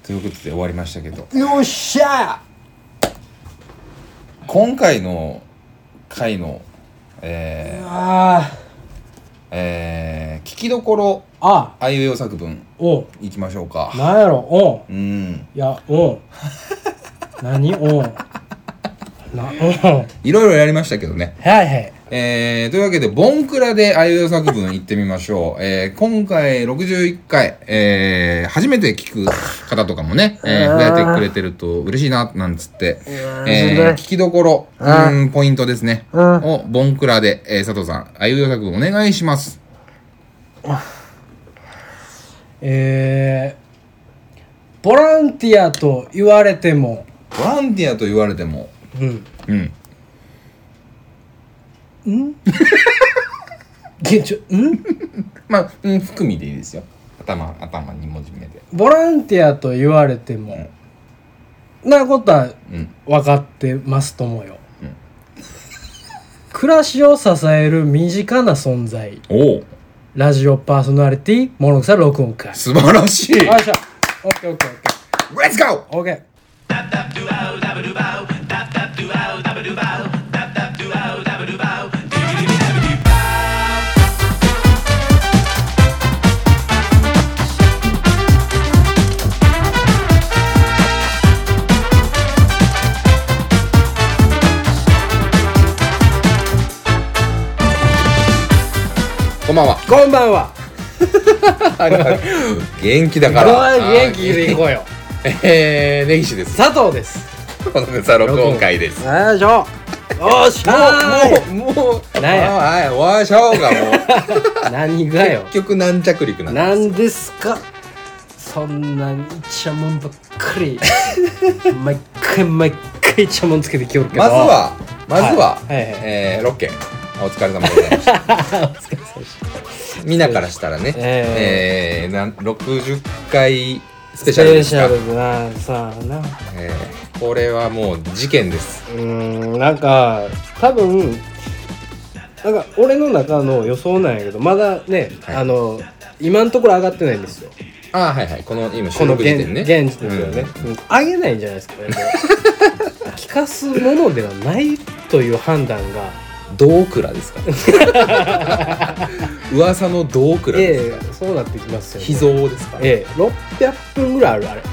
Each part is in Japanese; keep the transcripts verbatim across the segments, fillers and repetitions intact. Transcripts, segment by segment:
ということで終わりましたけど、 よっしゃ今回の回のえー、 あえー、聞きどころああいうえお作文おういきましょうか。 なんやろおううんいやおう何おうなおういろいろやりましたけどね。 はいはいえー、というわけでボンクラであいうえお作文いってみましょう。えー、今回ろくじゅういっかい、えー、初めて聞く方とかもね、えー、増えてくれてると嬉しいななんつって、えー、聞きどころ、うん、ポイントですね、をボンクラで、えー、佐藤さんあいうえお作文お願いします。 えー、ボランティアと言われてもボランティアと言われてもうんうんん現状んまあ、うん、含みでいいですよ。頭頭に文字目でボランティアと言われても、うん、なことは分かってますともよ、うん、暮らしを支える身近な存在。 おラジオパーソナリティ物草録音会。 素晴らしい。 よっしゃオッケーオッケーオッケーレッツゴーオッケー。 こんばんは。 こんばんは。 元気だから。 元気でいこうよ。 えー、根岸です。 佐藤です。 このさ録音会です。 よいしょ。よっしゃー。 もうもう何や。 はい終わりしょうがもう。 何がよ。 結局軟着陸なんです。 なんですか。そんなにイチャモンばっかり。毎回毎回イチャモンつけてきよるけど。 まずはまずは、 はいはいはい、 えー、ろっけんお疲れ様でございました。お疲れ様でした。みんなからしたらね、えー、えー、なんろくじゅっかいスペシャルですか。 スペシャルなさあな、 えー、これはもう事件です。 うーんなんか多分なんか俺の中の予想なんやけどまだね、はい、あの今のところ上がってないんですよ。 ああはいはい、この今収録時点ね、 現時点ではね、うん、上げないんじゃないですかね。聞かすものではないという判断が同倉ですか。噂の同倉ですか。 ええ、そうなってきますよね。 秘蔵ですか。 ええ、ろっぴゃっぷんぐらいあるあれ。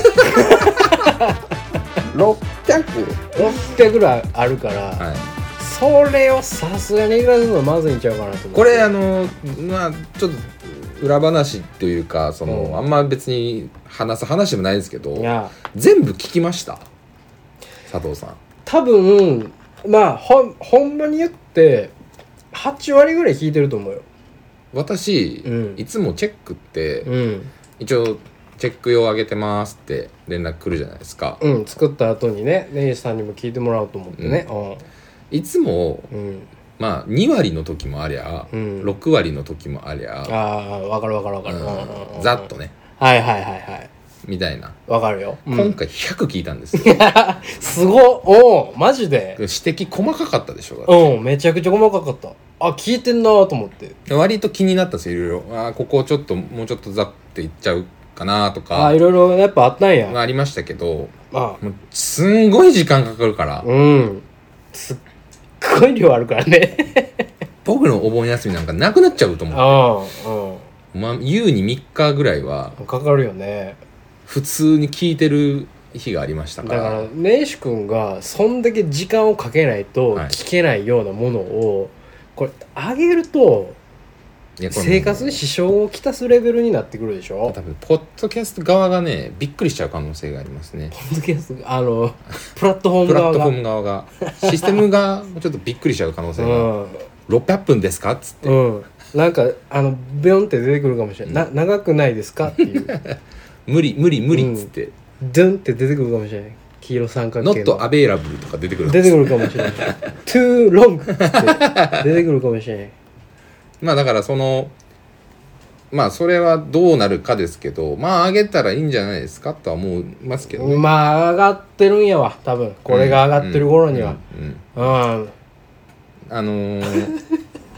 ろっぴゃくろっぴゃくぐらいあるから、はい、それをさすがにいくらするのはまずいんちゃうかなと思って。 これあのまあちょっと裏話というかその、うん、あんま別に話す話でもないですけど、全部聞きました佐藤さん。 多分まあほ, ほんまに言ってはちわりぐらい聞いてると思うよ。 私、うん、いつもチェックって、うん、一応チェック用上げてますって連絡来るじゃないですか。 うん、作った後にね根岸さんにも聞いてもらおうと思ってね、うん、 いつも、うん、まあにわりの時もありゃ、うん、ろくわりの時もありゃ、 ああ分かる分かる分かる、 うん、ざっとね、 はいはいはいはいみたいな。 わかるよ、 うん、今回ひゃく聞いたんですよ。 すごっ。おマジで指摘細かかったでしょ。 うんめちゃくちゃ細かかった。あ聞いてんなと思って。 割と気になったんですよいろいろ。あここちょっともうちょっとざっていっちゃうかなとか。 あいろいろやっぱあったんや。 ありましたけど、あもうすんごい時間かかるから。 うんすっごい量あるからね。 僕のお盆休みなんかなくなっちゃうと思って。あうんまあ優にみっかぐらいはかかるよね。 普通に聞いてる日がありましたから。 だから根岸くんがそんだけ時間をかけないと聞けないようなものを、はい、これ上げると生活に支障をきたすレベルになってくるでしょ。 多分ポッドキャスト側がねびっくりしちゃう可能性がありますね。 ポッドキャストあのプラットフォーム側がプラットフォーム側がシステムがちょっとびっくりしちゃう可能性が、うん、ろっぴゃっぷんですかっつって、うん、 なんかあのビョンって出てくるかもしれない、うん、な長くないですかっていう無理無理無理っつって、うん、 ドゥンって出てくるかもしれない。黄色三角形の Not available とか出てくる出てくるかもしれない。Too long って出てくるかもしれない。 まあだからそのまあそれはどうなるかですけど、まあ上げたらいいんじゃないですかとは思いますけどね。 まあ上がってるんやわ多分これが上がってる頃には、うん、うんうんうん、 あのー、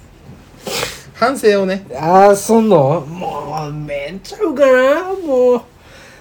反省をね。 ああそんのもうめんちゃうかなもう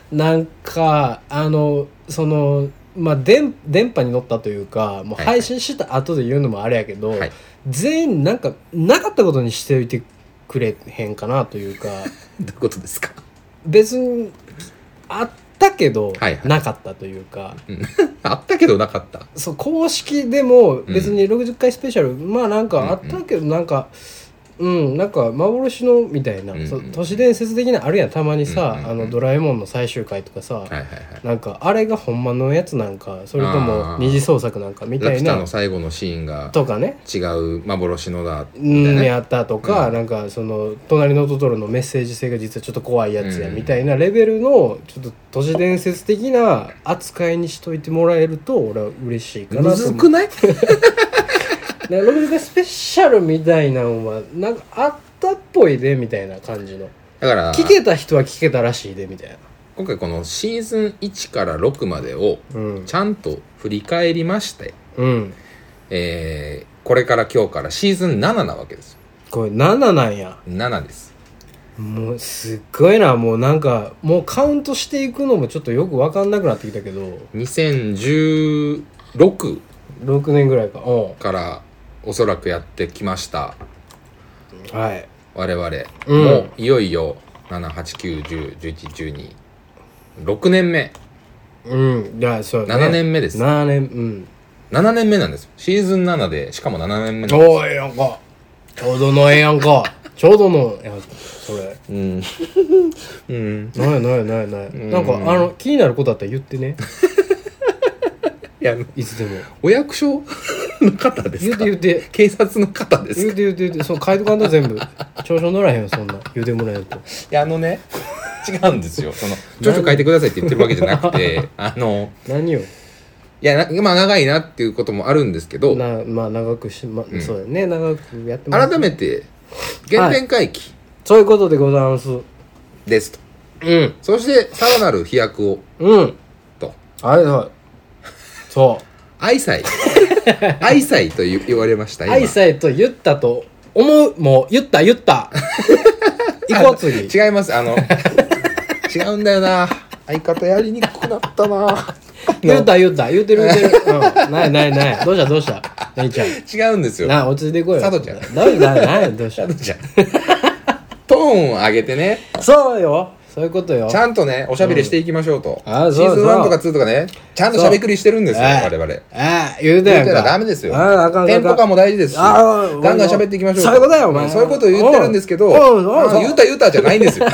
なんかあのそのまあ電電波に乗ったというかもう配信した後で言うのもあれやけど、はいはい、全員なんかなかったことにしておいてくれへんかなというかどういうことですか。 別にあったけど、はいはい、なかったというか、 うん、あったけどなかった。 そう公式でも別にろくじゅっかいスペシャル、うん、まあなんかあったけどなんかうんなんか幻のみたいな、うんうん、都市伝説的なあるやんたまにさ、うんうんうん、あのドラえもんの最終回とかさ、はいはいはい、なんかあれがほんまのやつなんかそれとも二次創作なんかみたいなラピュタの最後のシーンがとかね違う幻のだみたいな、うん、やったとか、うん、なんかその隣のトトロのメッセージ性が実はちょっと怖いやつやみたいなレベルのちょっと都市伝説的な扱いにしといてもらえると俺は嬉しいかなと思う。むずくない？ ろくじゅっかいスペシャルみたいなのはなんかあったっぽいでみたいな感じのだから聞けた人は聞けたらしいでみたいな。 今回このシーズンいちからろくまでをちゃんと振り返りまして、うんえー、これから今日からシーズンなななわけです。 これなななんや。 ななです。 もうすっごいな。もうなんかもうカウントしていくのもちょっとよく分かんなくなってきたけどにせんじゅうろくろくねんぐらいかからおそらくやってきました。 はい。 我々、うん、もういよいよなな、はち、きゅう、じゅう、じゅういち、じゅうに、ろくねんめ。 うん。いやそうね。 ななねんめです。 ななねん、うん。 ななねんめなんです。シーズンななでしかもななねんめなんです。おーええやんか。ちょうどのええやんか。ちょうどのやんか。それ。うん。うん。ないないないない。なんかあの気になることあったら言ってね。 いやいつでもお役所の方ですか。 言うて言うて警察の方ですか。 言うて言うて言うてそう書いとかんと全部調書乗らへんよそんな言うてもらえると。いやあのね違うんですよ。その調書書いてくださいって言ってるわけじゃなくてあの何よ。 いやまあ長いなっていうこともあるんですけどなまあ長くしま、うん、そうだね長くやってもらって改めて原点回帰、はい、 そういうことでございますですと。 うんそしてさらなる飛躍をうんとはいはいそう愛妻愛妻と言われました今。 愛妻と言ったと思う。もう言った言った行こう次。 違います。あの違うんだよな。相方やりにくくなったな。 言った言った言うてる言うてる、うん、ないないないどうしたどうした何ちゃん違うんですよ。 な落ち着いていこうよ佐藤ちゃんどうしたどうした佐藤ちゃんトーンを上げてね。 そうよそういうことよ。 ちゃんとねおしゃべりしていきましょうと、 うん、あシーズンワンとかツーとかねちゃんとしゃべくりしてるんですよ我々。 ああ言うてやんか。言うてたらダメですよ。 ああかんテンポ感も大事ですしガンガンしゃべっていきましょう。 そういうことだよお前。 そういうことを言ってるんですけど言うた言うたじゃないんですよ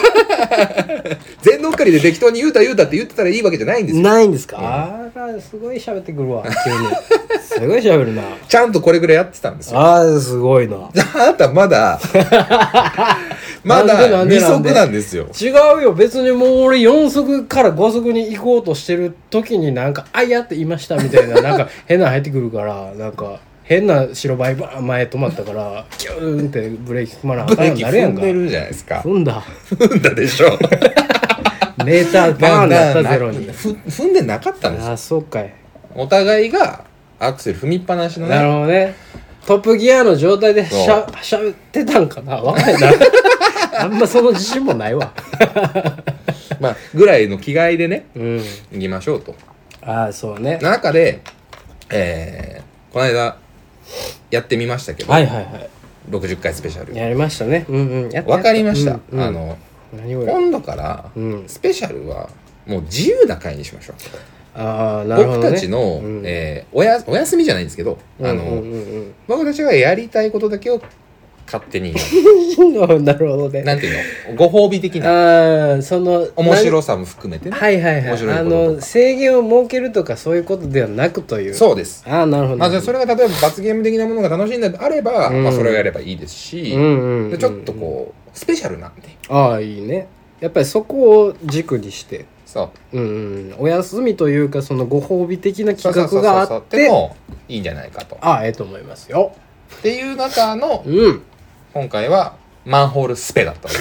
全乗っかりで適当に言うた言うたって言ってたらいいわけじゃないんですよ。 ないんですか、うん、ああすごい喋ってくるわ急にすごい喋るな。 ちゃんとこれぐらいやってたんですよ。 ああすごいな。 あなたまだまだに足なんですよ。 違うよ別にもう俺よん足からご足に行こうとしてる時になんかあいやって言いましたみたいななんか変な入ってくるからなんか変な白バイバーン前止まったからキューンってブレーキ踏まなあかんようになるやんか。 ブレーキ踏んでるじゃないですか。 踏んだ踏んだでしょメーターバーンだったゼロに踏んでなかったんですよ。 あそうかい。 お互いがアクセル踏みっぱなしのね。 なるほどね。トップギアの状態でしゃしゃべってたんかなわかんないなあんまその自信もないわまあぐらいの気概でね、うん、行きましょうと。 ああそうね。 中で、えー、この間やってみましたけど、 はいはいはい、 ろくじゅっかいスペシャルやりましたね。うんうんやった分かりました、 うんうん、 あの今度からスペシャルはもう自由な回にしましょう。 あなるほどね、 僕たちの、うんえー、おやお休みじゃないんですけど、あの、うんうんうんうん、僕たちがやりたいことだけを勝手になるほどね。 なんていうのご褒美的なあその面白さも含めてね。 はいはいはい。あの制限を設けるとかそういうことではなくという。 そうです。 あなるほど、 まあ、じゃあそれが例えば罰ゲーム的なものが楽しいんであれば、うんまあ、それをやればいいですし、うんうんうん、でちょっとこうスペシャルなんでああいいね。やっぱりそこを軸にしてそう、 うんうん、お休みというかそのご褒美的な企画があってもいいんじゃないかと。 ああええと思いますよっていう中の、 うん、 今回はマンホールスペだった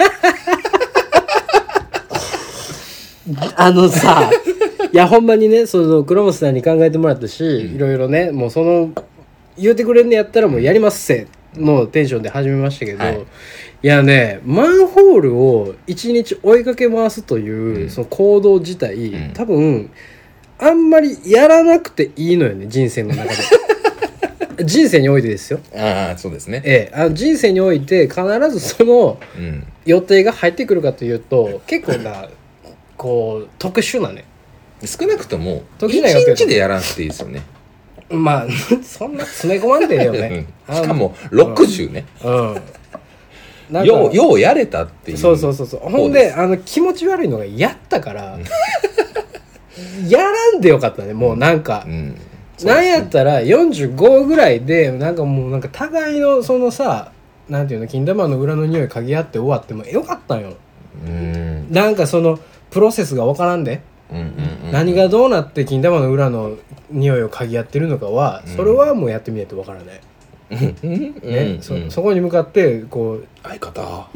あのさいやほんまにねその黒本さんに考えてもらったし、うん、いろいろねもうその言うてくれんねやったらもうやりますせっのテンションで始めましたけど、 はい、 いやねマンホールをいちにち追いかけ回すという、うん、その行動自体、うん、多分あんまりやらなくていいのよね人生の中で人生においてですよ。 ああそうですね、 ええ、あの人生において必ずその予定が入ってくるかというと結構なこう特殊なね少なくともいちにちでやらなくていいですよね。 まあそんな詰め込まんでいいよね、 うん、しかもろくじゅうね、うん、うんなんかよう、ようやれたっていう。 そうそうそうそうほんであの気持ち悪いのがやったからやらんでよかったねもうなんか、うんうんなんやったらよんじゅうごぐらいでなんかもうなんか互いのそのさなんていうの金玉の裏の匂い嗅ぎ合って終わってもよかったんよ。うんなんかそのプロセスが分からんで、うんうんうんうん、何がどうなって金玉の裏の匂いを嗅ぎ合ってるのかは、うん、それはもうやってみないと分からない、うんねうん、そ, そこに向かってこう相方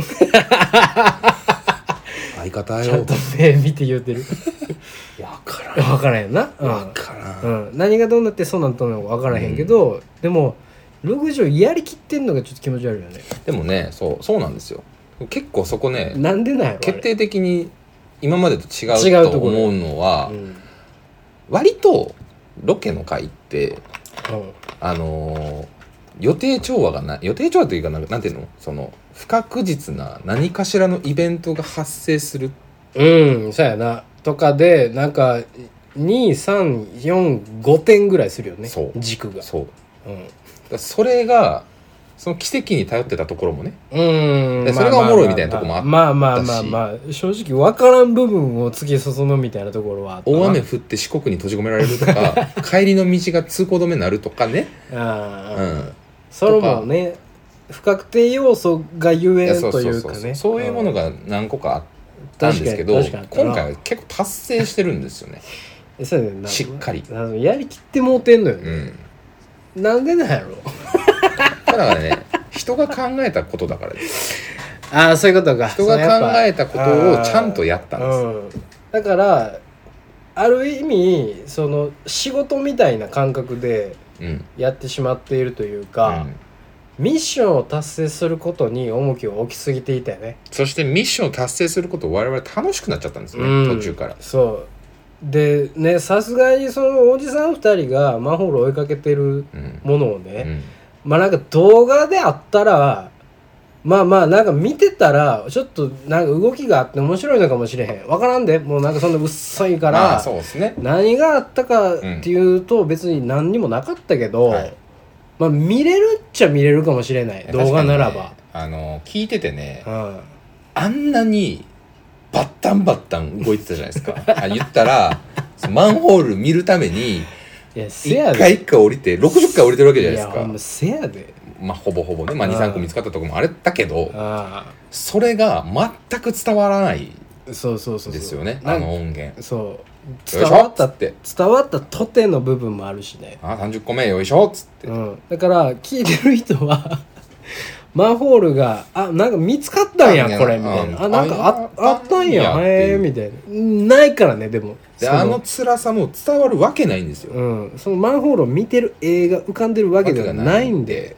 相方よちゃんと目見て言うてる分からん分からんやんな、うん、 分からん、 うん、何がどうなってそうなったのか分からへんけど、うん、でもろくじゅうやりきってんのがちょっと気持ち悪いよね。 でもねそうそうなんですよ結構そこねなんでなんやろ決定的に今までと違うと思うのは、うん、割とロケの回って、うん、あのー、予定調和がない予定調和というかなんていうのその不確実な何かしらのイベントが発生するうんそうやなとかでなんかにさんよんごてんぐらいするよねそう軸がそう、うん、だそれがその奇跡に頼ってたところもねうんそれがおもろいみたいなところもあったしまあまあまあまあ正直分からん部分を突き進むみたいなところはあったな。 大雨降って四国に閉じ込められるとか帰りの道が通行止めになるとかねあ、 うん、それもね不確定要素がゆえんというかねそういうものが何個かあったんですけど今回は結構達成してるんですよねそうねしっかりやりきってもうてんのよね、うん、なんでなんやろだからね人が考えたことだからですああそういうことか人が考えたことをちゃんとやったんです、うん、 だからある意味その仕事みたいな感覚でやってしまっているというか、うんミッションを達成することに重きを置きすぎていたよね。 そしてミッションを達成することを我々楽しくなっちゃったんですよね、うん、途中からそうでねさすがにそのおじさんふたりがマンホールを追いかけてるものをね、うんうん、まあなんか動画であったらまあまあなんか見てたらちょっとなんか動きがあって面白いのかもしれへん分からんでもうなんかそんな薄いから、まあそうですね、何があったかっていうと別に何にもなかったけど、うんはいまあ、見れるっちゃ見れるかもしれない動画ならば、ね、 あの聞いててね、うん、あんなにバッタンバッタン動いてたじゃないですかあ言ったらマンホール見るためにいっかいいっかい降りてろくじゅっかい降りてるわけじゃないですか。いやほんませやでまあほぼほぼね、まあ、にさんこ見つかったとこもあれだけどそれが全く伝わらないそうそうそうですよねあの音源そう伝わったって伝わったとての部分もあるしねあさんじゅっこめよいしょっつって、 うん、だから聞いてる人はマンホールがあなんか見つかったんやこれみたいなあなんか あ, あったんやへえみたいなないからねでもであの辛さも伝わるわけないんですよ、 うん、そのマンホールを見てる映画浮かんでるわけではないんで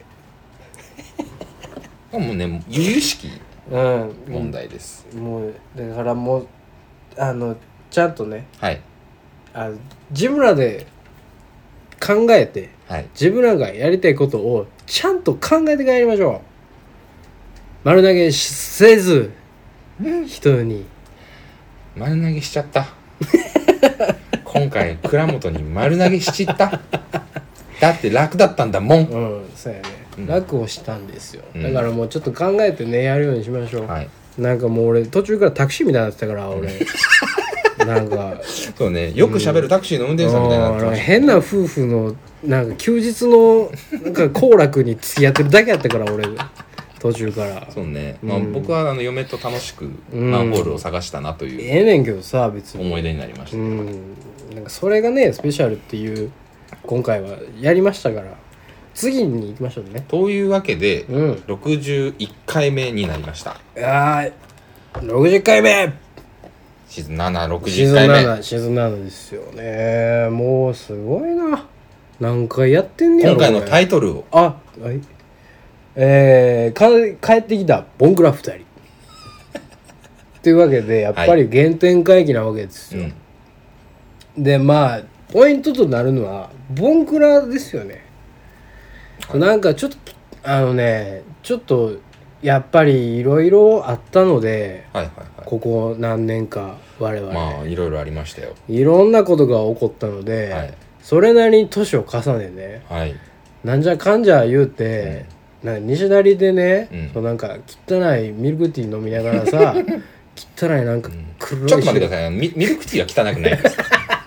もうね由々しき問題です、 うん、もうだからもうあのちゃんとね、はい、あ自分らで考えて、はい、自分らがやりたいことをちゃんと考えて帰りましょう。丸投げせず、うん、人に丸投げしちゃった今回倉本に丸投げしちっただって楽だったんだもん。 うんそうやね、うん、楽をしたんですよ、うん、だからもうちょっと考えてねやるようにしましょう、はい、なんかもう俺途中からタクシーみたいになってたから俺なんかそうねよく喋るタクシーの運転手さんみたいになってました、 うん、変な夫婦のなんか休日のなんか行楽に付き合ってるだけやったから俺途中からそうね、まあ、僕はあの嫁と楽しくマンホールを探したなという、 うん、ええねんけどさ別に思い出になりました、うん、 なんかそれがねスペシャルっていう今回はやりましたから次に行きましょうね。 というわけで、うん、ろくじゅういっかいめになりました。 いやーろくじゅっかいめシーズンなな、ろくじゅっかいめシーズンなな、シーズンななですよね。もうすごいな何回やってんねやろ。 今回のタイトルをあ、はいえー、か帰ってきたボンクラふたりというわけでやっぱり原点回帰なわけですよ、はいうん、でまあポイントとなるのはボンクラですよね、はい、なんかちょっとあのねちょっとやっぱりいろいろあったので、はいはいはい、ここ何年か我々 まあいろいろありましたよ。 いろんなことが起こったので、はい、それなりに年を重ねね、はい、なんじゃかんじゃ言うて、うん、なんか西成でね、うん、そうなんか汚いミルクティー飲みながらさ汚いなんか黒い、うん、 ちょっと待ってください ミ, ミルクティーは汚くないです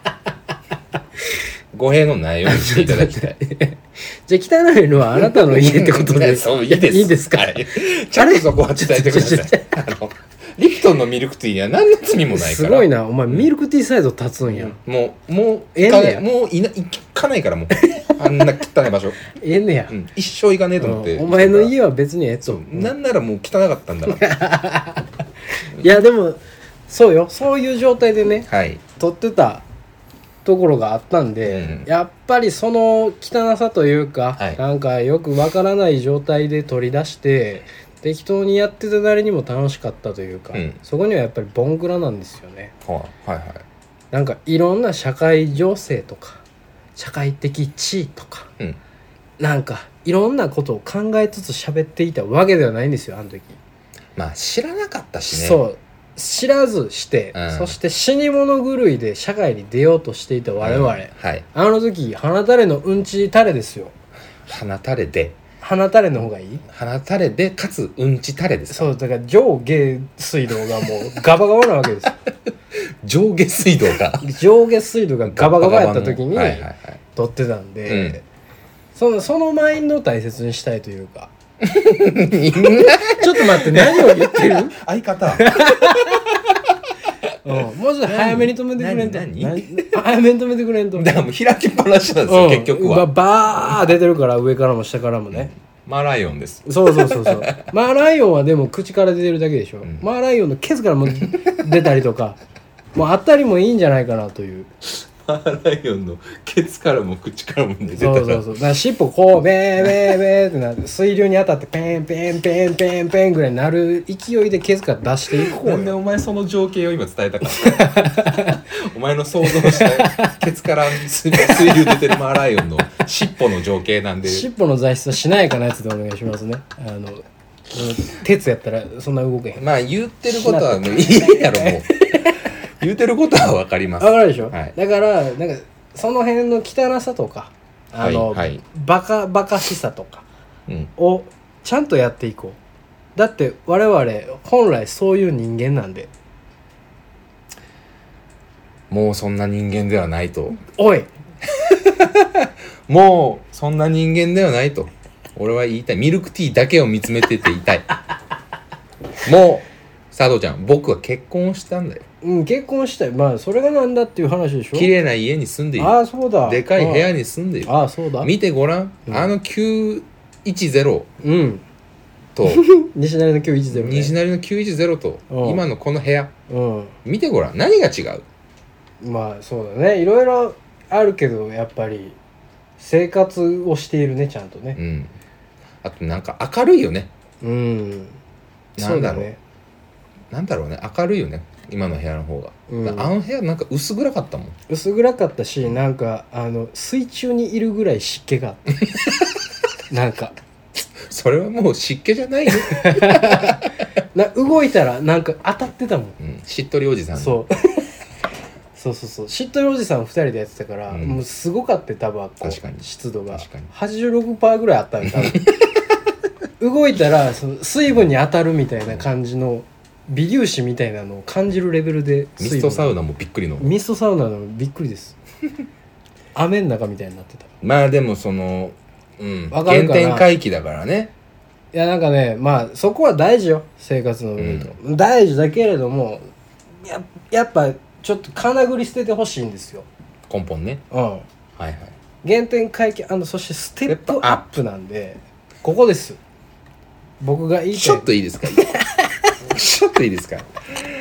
語弊のないようにしていただきたいじゃあ汚いのはあなたの家ってことですそういいですいいですか、はい、 ちゃんとそこは伝えてくださいあのリプトンのミルクティーには何の罪もないからすごいなお前ミルクティーサイド立つんや、 うん、もうもうええねやもういな行かないからもうあんな汚い場所ええねや、 うん、一生行かねえと思って、 うん、お前の家は別にえっと、 うん、なんならもう汚かったんだからいやでもそうよそういう状態でね、 はい、 撮ってたところがあったんで、うん、やっぱりその汚さというか、はい、なんかよくわからない状態で取り出して適当にやってたなりにも楽しかったというか、うん、そこにはやっぱりボンクラなんですよね、 はいはいはい、 なんかいろんな社会情勢とか社会的地位とか、うん、なんかいろんなことを考えつつ喋っていたわけではないんですよあの時。 まあ知らなかったしね。 そう知らずして、うん、そして死に物狂いで社会に出ようとしていた我々、うんはい、あの時鼻垂れのうんち垂れですよ。 鼻垂れで鼻垂れの方がいい？ 鼻垂れでかつうんち垂れですか？ そうだから上下水道がもうガバガバなわけですよ上下水道が上下水道がガバガバやった時に撮ってたんで、はいはいはい、その、そのマインドを大切にしたいというかちょっと待って何を言ってる相方うん、もうちょっと早めに止めてくれんと何何早めに止めてくれんとだからもう開きっぱなしなんですよ、うん、結局はバー出てるから上からも下からもね、 うん、マーライオンです。 そうそうそうそうマーライオンはでも口から出てるだけでしょ、うん、マーライオンのケツからも出たりとかもうあったりもいいんじゃないかなというマーライオンのケツからも口からも出てたらそうそうそうだから尻尾こうベーベーベーってなって水流に当たってペンペンペンペンペンぐらいになる勢いでケツから出していこうよ。 なんでお前その情景を今伝えたかったお前の想像したケツから水流出てるマーライオンの尻尾の情景なんで尻尾の材質はしなやかなやつでお願いしますね。あの鉄やったらそんな動けへん。 まあ言ってることはもういいやろもう言うてることは分かります。 分かるでしょ、はい、だからなんかその辺の汚さとかあの、はいはい、バカバカしさとかをちゃんとやっていこう。だって我々本来そういう人間なんで。 もうそんな人間ではないと。 おいもうそんな人間ではないと俺は言いたい。ミルクティーだけを見つめてて言いたいもう佐藤ちゃん僕は結婚をしたんだよ。 うん、結婚したい。まあそれがなんだっていう話でしょ。 綺麗な家に住んでいる。 ああそうだ。 でかい部屋に住んでいる。 ああそうだ。 見てごらん、うん、あのきゅういちゼロと西成のきゅういちゼロ、ね、 西成のきゅういちゼロと今のこの部屋、うん、見てごらん何が違う。 まあそうだねいろいろあるけどやっぱり生活をしているねちゃんとね、うん、 あとなんか明るいよね。 うんなんだろう、ね、なんだろうね明るいよね今の部屋の方が、うん、あの部屋なんか薄暗かったもん。薄暗かったしなんかあの水中にいるぐらい湿気があったなんかそれはもう湿気じゃないよな動いたらなんか当たってたもん、 うん、しっとりおじさんそうそうそうそうしっとりおじさんふたりでやってたから、うん、もうすごかったタバコ湿度が はちじゅうろくパーセント ぐらいあったん多分動いたらその水分に当たるみたいな感じの微粒子みたいなのを感じるレベルでミストサウナもびっくりのミストサウナもびっくりです雨の中みたいになってた。 まあでもその、うん、原点回帰だからね。 いやなんかねまあそこは大事よ生活の上と、うん、大事だけれども や, やっぱちょっと金繰り捨ててほしいんですよ根本ね。 うんはいはい原点回帰&そしてステップアップなんでここです僕が言いたい。 ちょっといいですかちょっといいですか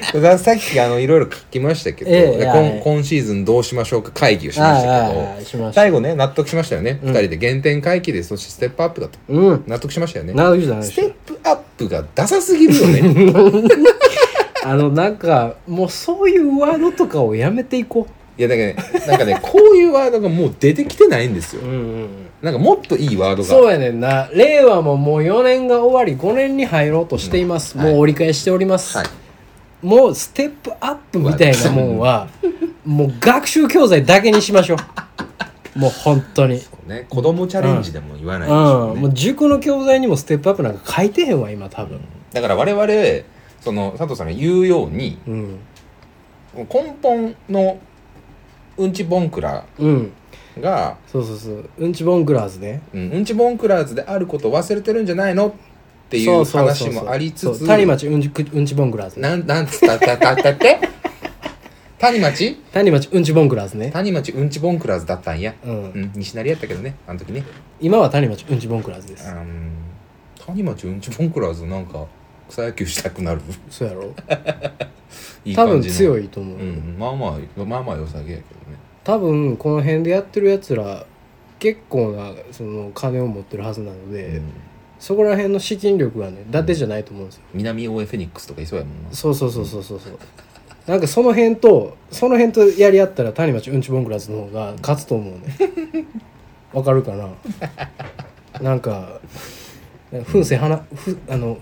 さっきあのいろいろ書きましたけど、 ええではい今今シーズンどうしましょうか会議をしましたけど、 はいはいはいしました最後ね納得しましたよね、 うんふたりで原点回帰でそしてステップアップだとうん納得しましたよね。 なるほどステップアップがダサすぎるよねあのなんかもうそういうワードとかをやめていこいやだからねなんかねこういうワードがもう出てきてないんですよ、 ううんうんなんかもっといいワードがそうやねんな。令和ももうよねんが終わりごねんに入ろうとしています、 うんはいもう折り返しております、 はいもうステップアップみたいなもんはもう学習教材だけにしましょうもう本当にね、子供チャレンジでも言わないでしうん、 ょうね、 もう塾の教材にもステップアップなんか書いてへんわ今多分だから我々その佐藤さんが言うようにうん根本のうんちボンクラうんがそうそうそううんちボンクラーズねうん、うんちボンクラーズであることを忘れてるんじゃないのっていそううそうそうそう話もありつつそう谷町うんちうんちボンクラーズねなんなんつったたたたって谷町谷町うんちボンクラーズね谷町うんちボンクラーズだったんや、 うんうん、西成やったけどねあの時ね今は谷町うんちボンクラーズですうん谷町うんちボンクラーズなんか草野球したくなるそうやろいい多分感じの強いと思う、 うんまあまあまあまあ良さげやけどね多分この辺でやってるやつら結構なその金を持ってるはずなので、 うんそこら辺の資金力がね伊達じゃないと思うんですよ、 南大江フェニックスとかいそうやもんなそうそうそうそうそうそうなんかその辺とその辺とやり合ったら谷町うんちボンクラーズの方が勝つと思うねわかるかななんか噴水花ふあの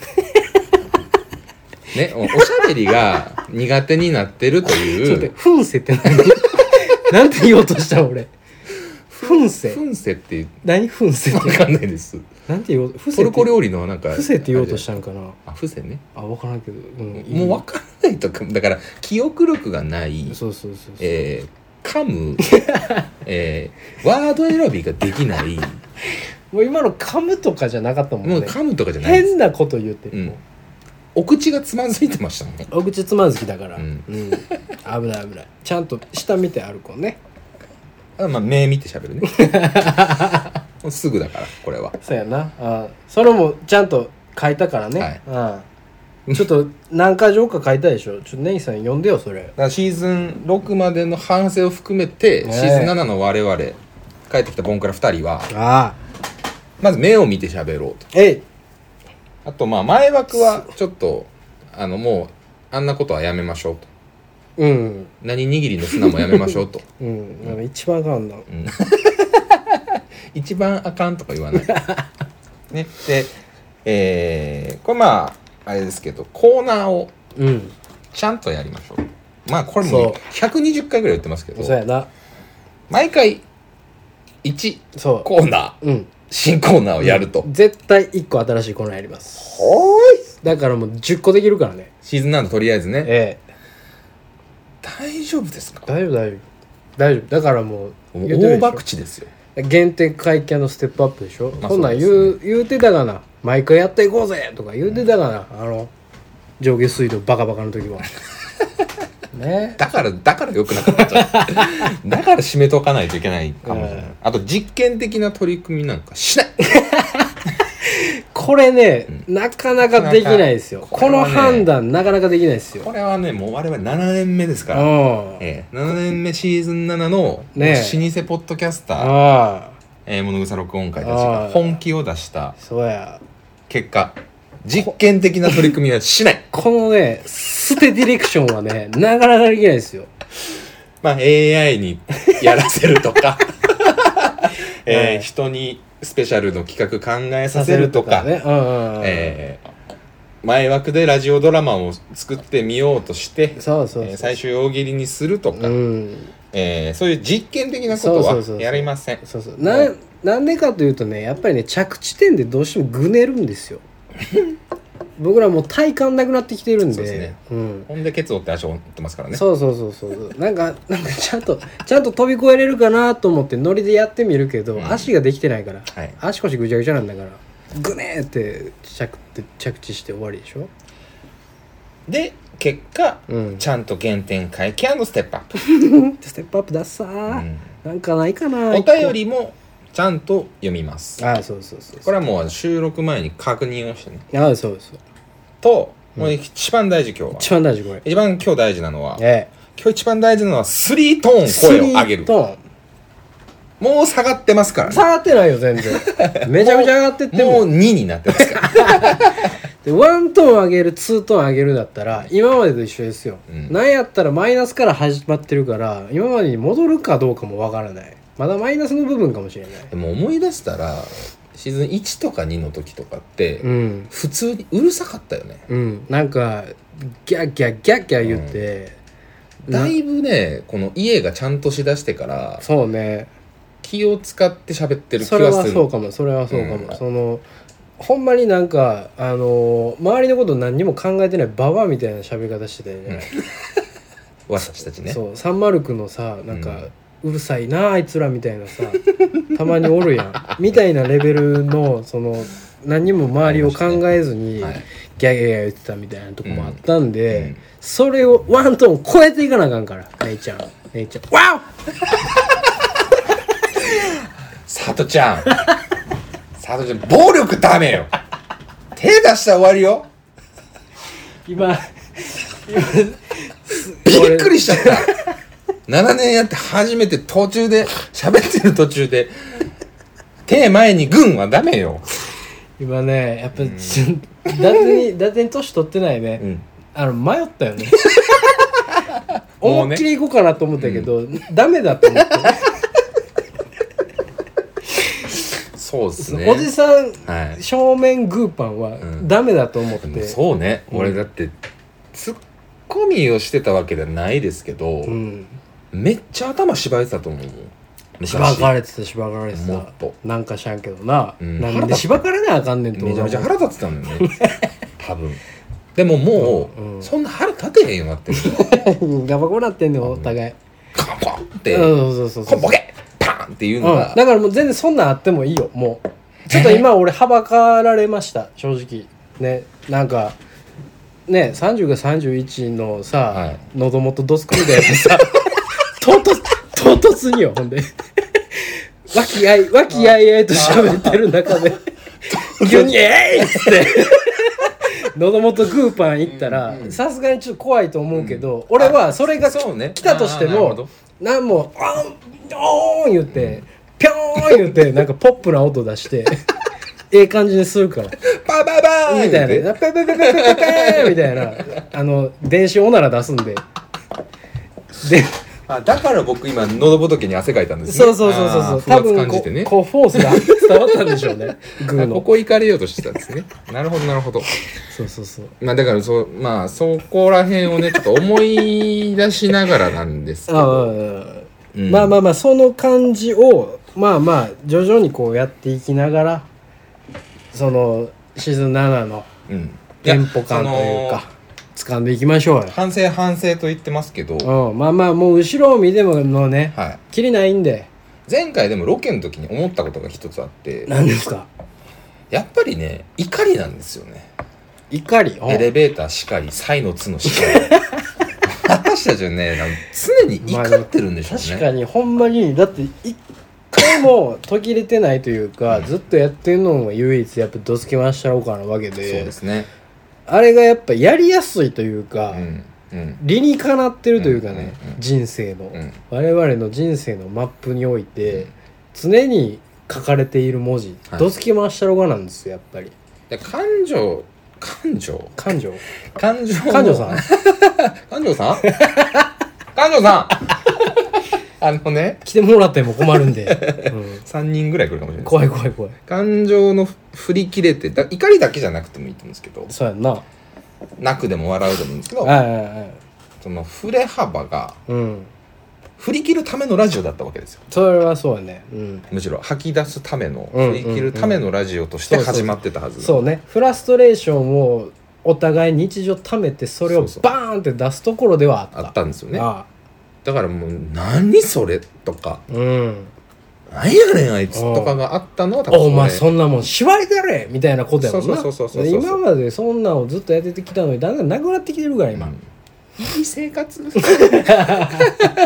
ねおおしゃべりが苦手になってるとちょっという待って噴水って何なんて言おうとした俺噴水フンセって何噴水ってわかんないですなんて言おうトルコ料理のなんか伏せって言おうとしたんかなあ伏せねあ分からんけど、うん、 もう分かんないとかだから記憶力がないそうそうそうそう、 えー、噛む、えー、ワード選びができないもう今の噛むとかじゃなかったもんねもう噛むとかじゃないです変なこと言ってる、 うんもうお口がつまずいてましたもんお口つまずきだから、 ううんん危ない危ないちゃんと下見て歩こうねあまあ目見て喋るねもうすぐだからこれはそうやなあそれもちゃんと書いたからね、 はいあちょっと何か条か書いたでしょちょっとネギさん読んでよそれだからシーズンろくまでの反省を含めて、 ねシーズンななの我々帰ってきたボンクラふたりはああまず目を見て喋ろうとえいあとまあ前枠はちょっとあのもうあんなことはやめましょうとうん何握りの砂もやめましょうと、 うんなんか一番あかんなうん、一番あかんとか言わないねでえー、これまああれですけどコーナーをうんちゃんとやりましょうまあこれそうもひゃくにじゅっかいぐらい言ってますけどそうやな毎回いちそうコーナーうん新コーナーをやると、 絶対いっこ新しいコーナーやりますほーいだからもうじゅっこできるからねシーズンなんととりあえずねええ大丈夫ですか大丈夫大丈夫大丈夫だからもうもう言うてるでしょ大博打ですよ原点回帰のステップアップでしょ、 まあこんなん言そうう,、言うてたがな毎回やっていこうぜとか言うてたがな、あの上下水道バカバカの時はねだからだからよくなかったじゃんだから締めとかないといけないかもしれない、 うんあと実験的な取り組みなんかしないこれね、なかなかできないですよ、このこれはね判断なかなかできないですよこれはねもう我々ななねんめですから、 うんええ、ななねんめシーズンななのね老舗ポッドキャスター、 ああえー、物草録音会たちあがあ本気を出したそうや結果実験的な取り組みはしないこのね捨てディレクションはねなかなかできないですよまあ エーアイ にやらせるとか、えーはい人にスペシャルの企画考えさせるとかね、うんうんうんえー前枠でラジオドラマを作ってみようとしてそうそうそう、 えー最終大喜利にするとか、 うんえーそういう実験的なことはそうそうそうそうやりません。 そうそうななんでかというとねやっぱりね着地点でどうしてもぐねるんですよ僕らもう体感なくなってきてるんでそうですねうん、 ほんでケツ折って足を折ってますからね。 そうそうそうそうなんかなんかちゃんとちゃんと飛び越えれるかなと思ってノリでやってみるけど、 うん足ができてないから、 はい足腰ぐちゃぐちゃなんだからぐねーって着って着地して終わりでしょ、 で結果、 うん、 ちゃんと原点回帰&ステップアップ、 ステップアップだっさー、 うんなんかないかなお便りもちゃんと読みます。 ああそうそうそうこれはもう収録前に確認をしてね。 ああそうそうと、 もう一番大事今日は一番大事これ一番今日大事なのは、 ええ、 今日一番大事なのはスリートーン声を上げる。 スリートーンもう下がってますからね。 下がってないよ全然めちゃめちゃ上がってってももうにになってますからでワントーン上げるツートーン上げるだったら今までと一緒ですよ、うん、なんやったらマイナスから始まってるから今までに戻るかどうかもわからない。まだマイナスの部分かもしれない。 でも思い出したらシーズンいちとかにの時とかって、うん、普通にうるさかったよね。 うん、なんかギャッギャッギャッギャッ言って、 うん、だいぶねこの家がちゃんとしだしてからそうね気を使って喋ってる気がする。 それはそうかもそれはそうかも、うん、そのほんまになんかあのー、周りのこと何にも考えてないババアみたいな喋り方してたよね、 うん、私たちね。 そうサンマルクのさなんか、うん、うるさいなあいつらみたいなさたまにおるやんみたいなレベルのその何にも周りを考えずに、ねはい、ギャギャギャ言ってたみたいなとこもあったんで、うんうん、それをワントーン超えていかなあかんから姉ちゃん姉ちゃんワオさとちゃんさとちゃん暴力ダメよ手出したら終わりよ今びっくりしちゃったななねんやって初めて途中で喋ってる途中で手前にグンはダメよ今ねやっぱ、うん、伊達に伊達に年取ってないね、うん、あの迷ったよね思いっきり行こうかなと思ったけど、うん、ダメだと思ってそうですねおじさん、はい、正面グーパンはダメだと思って、うん、 そうね、うん、俺だってツッコミをしてたわけではないですけど、うん、めっちゃ頭しばいてたと思う。 しばかれてたしばかれてたもっとなんか知らんけどな、うん、なんでしばかれなあかんねんとめちゃめちゃ腹立ってたんだよね多分でももう、うん、そんな腹立てへんようになってるガバゴなってんねんお互いカンポンって、 うん、そうそうそうそうコンボケパンっていうのが、 うん、だからもう全然そんなんあってもいいよもうちょっと今俺はばかられました正直ねなんかねさんじゅうがさんじゅういちのさ、はい、喉元ドスコミでやってさ唐突唐突によほんで和気あい和気あいあいと喋ってる中で急にえいっつって喉元グーパン行ったらさすがにちょっと怖いと思うけど、うん、俺はそれが来たとしてもなんもあんおーん言って、うん、ピョーン言ってなんかポップな音出してええ感じにするからパパパーみたいなペペペペペペペみたいなあの電子おなら出すんでであだから僕今喉仏に汗かいたんですね。そうそうそうそうそう多分こう、こうフォースが伝わったんでしょうねグーのここ行かれようとしてたんですねなるほどなるほどそうそうそうまあだからそうまあそこら辺をねちょっと思い出しながらなんですけどあ、 うん、まあまあまあその感じをまあまあ徐々にこうやっていきながらそのシーズンななのテンポ感というか掴んでいきましょうよ。 反省反省と言ってますけど、 うん、まあまあもう後ろを見てものね、はい、きりないんで。 前回でもロケの時に思ったことが一つあって。 何ですか？ やっぱりね怒りなんですよね。 怒り？ エレベーターしかりサイの角しかり私たちはね常に怒ってるんでしょうね、 まあ、確かにほんまにだって一回も途切れてないというか、うん、ずっとやってるのが唯一やっぱどつきましたろうかなわけで。 そうですね。 あれがやっぱやりやすいというか、うんうん、理にかなってるというかね、うんうんうん、人生の、うん、我々の人生のマップにおいて、うん、常に書かれている文字、はい、どつき回したろがなんですよやっぱり。 で感情感情感情感情感情さん感情さん感情さんあのね来てもらっても困るんで、うん、 さんにんぐらい来るかもしれない怖い怖い怖い。 感情の振り切れてだ怒りだけじゃなくてもいいと思うんですけど、 そうやんな、 泣くでも笑うでもいいんですけど、 はいはいはい、 その振れ幅が、うん、振り切るためのラジオだったわけですよ。 それはそうやね、うん、 むしろ吐き出すための、うん、振り切るためのラジオとして始まってたはず。 そうね、フラストレーションをお互い日常溜めてそれをバーンって出すところではあったあったんですよね。ああだからもう何それとか、うん、何やねんあいつとかがあったのは多分それ。 お前そんなもん縛りだれみたいなことやもんな。 そうそうそうそうそう。 今までそんなのをずっとやってきたのにだんだんなくなってきてるから今、うん、いい生活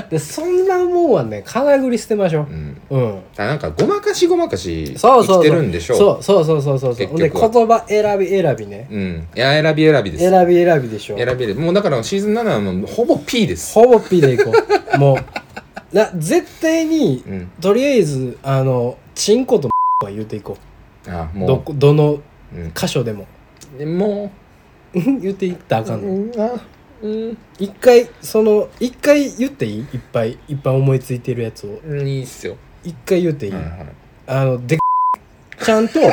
でそんなもんはねかなぐり捨てましょう。 うんうんだからなんかごまかしごまかしそうそうそう生きてるんでしょう。 そうそうそうそうそうそう結で局は言葉選び選びね、 うんいや選び選びです。 選び選びでしょ。 選び選びもうだからシーズンななはもうほぼ P です。 ほぼ P でいこうもうな絶対に、 うんとりあえずあのチンコとは言うていこあもううどこどのうん箇所でもでも言っていったらあかうんの、 んあうん一回その一回言っていいいっぱいいっぱい思いついてるやつをうんいいっすよ。 一回言っていい、 はいはいあのでちゃんと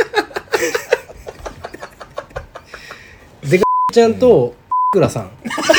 でかちゃんとくらさん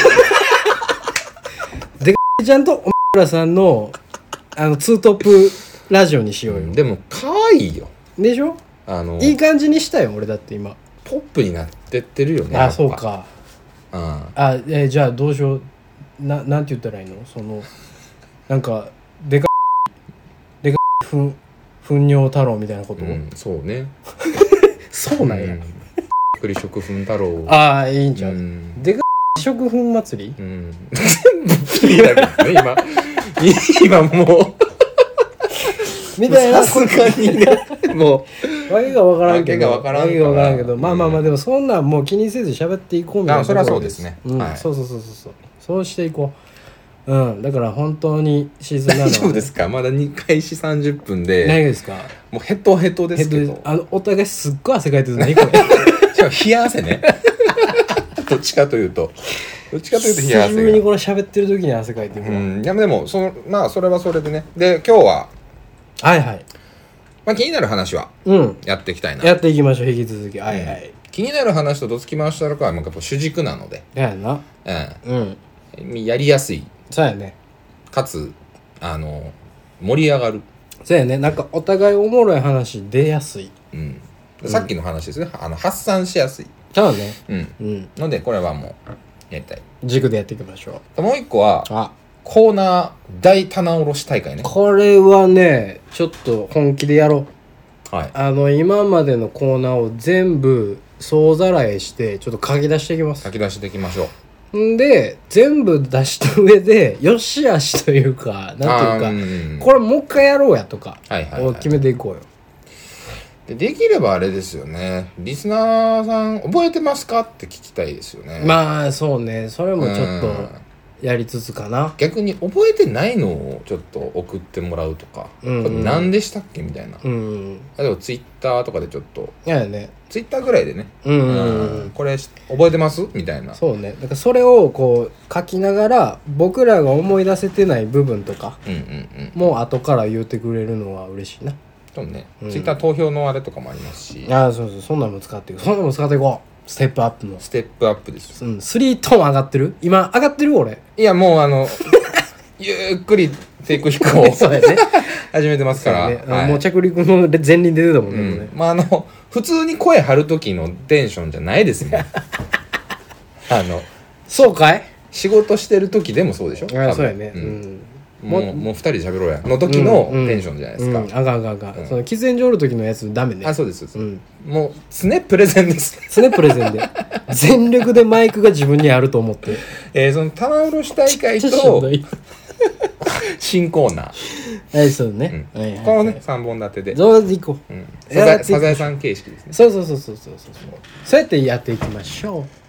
でかちゃんとおくらさんのあのツートップラジオにしようよ、 でも可愛いよ。 でしょ。 あのいい感じにしたよ俺だって今。 ポップになってってるよね。 あやっぱそうか。 うんあえじゃあどうしようななんて言ったらいいのそのなんかでかでかふん糞尿太郎みたいなこと、 うんそうね。 そうなんや、 うん栗食粉太郎。 ああいいんちゃう、 うんでか食粉祭りうん全部気になるね今今もうみたいなさすがにねもわけがわからんけどわけがわからんからわけがわからんけど、まあまあまあうんでもそんなんもう気にせず喋っていこうみたいなあそれはところそうですねうんはいそうそうそうそうそうそうしていこう。うんだから本当にシーズンなのう大丈夫ですか。まだに開始さんじゅっぷんで何がですか。 もうヘトヘトですけどえっとあのお互いすっごい汗かいてる何これしかも冷や汗ねどっちかというとどっちかというと冷や久しぶりに汗がこれ喋ってる時に汗かいてるわ、 うんいやでもそのまあそれはそれでね。で今日は、 はいはいまあ、気になる話はうんやっていきたいな。 やっていきましょう引き続きはいはい、 気になる話とどつき回したのかはなんかやっぱ主軸なので、 ややなうんうんやりやすいそうやねかつあの盛り上がる、 そうやねなんかお互いおもろい話出やすいうんさっきの話ですね、あの発散しやすい、 そうねうん、 うんのでこれはもうやりたい。 軸でやっていきましょう。 もう一個はあコーナー大棚卸し大会ね。 これはねちょっと本気でやろう。 はいあの今までのコーナーを全部総ざらいしてちょっと書き出していきます。 書き出していきましょう。 んで全部出した上でよしあしというかなんていうかあーうんこれもう一回やろうやとかはいはいはいを決めていこうよ。 でできればあれですよね、リスナーさん覚えてますかって聞きたいですよね。 まあそうねそれもちょっうんとやりつつかな。 逆に覚えてないのをちょっと送ってもらうとか、 うんうんこれ何でしたっけみたいな、 うん例えばツイッターとかでちょっといやねツイッターぐらいでね、 うんうんううんんこれし覚えてますみたいな。 そうねだからそれをこう書きながら僕らが思い出せてない部分とかうんうんうんもう後から言ってくれるのは嬉しいな。 そうね、 うんツイッター投票のあれとかもありますし、 ああそうそうそんなんも使っていこうそんなんも使っていこうステップアップのステップアップです。 うんスリートーン上がってる今上がってる俺いやもうあのゆっくり低空飛行をそうやね始めてますから、 そうやねはいもう着陸の前輪で出てたもんうね、もうねん、まああの普通に声張る時のテンションじゃないですねあのそうかい仕事してる時でもそうでしょ。 あ多分あそうやねううんんもうもう二人で喋ろうやの時のテンションじゃないですか、 うんうんあかんあかんあかん、 うんその喫煙所おる時のやつダメねあそうですそうです、 うんもう常プレゼンです常プレゼンで全力でマイクが自分にあると思ってえー、その棚卸し大会ちょっとしんどとい新コーナー、 はいそうね、 うんはいはいはいこのねさんぼん立てで、 どうでいこううん、 やっていくサザエサザエさん形式ですね。 そうそうそうそうそうそうそうそうやってやっていきましょう。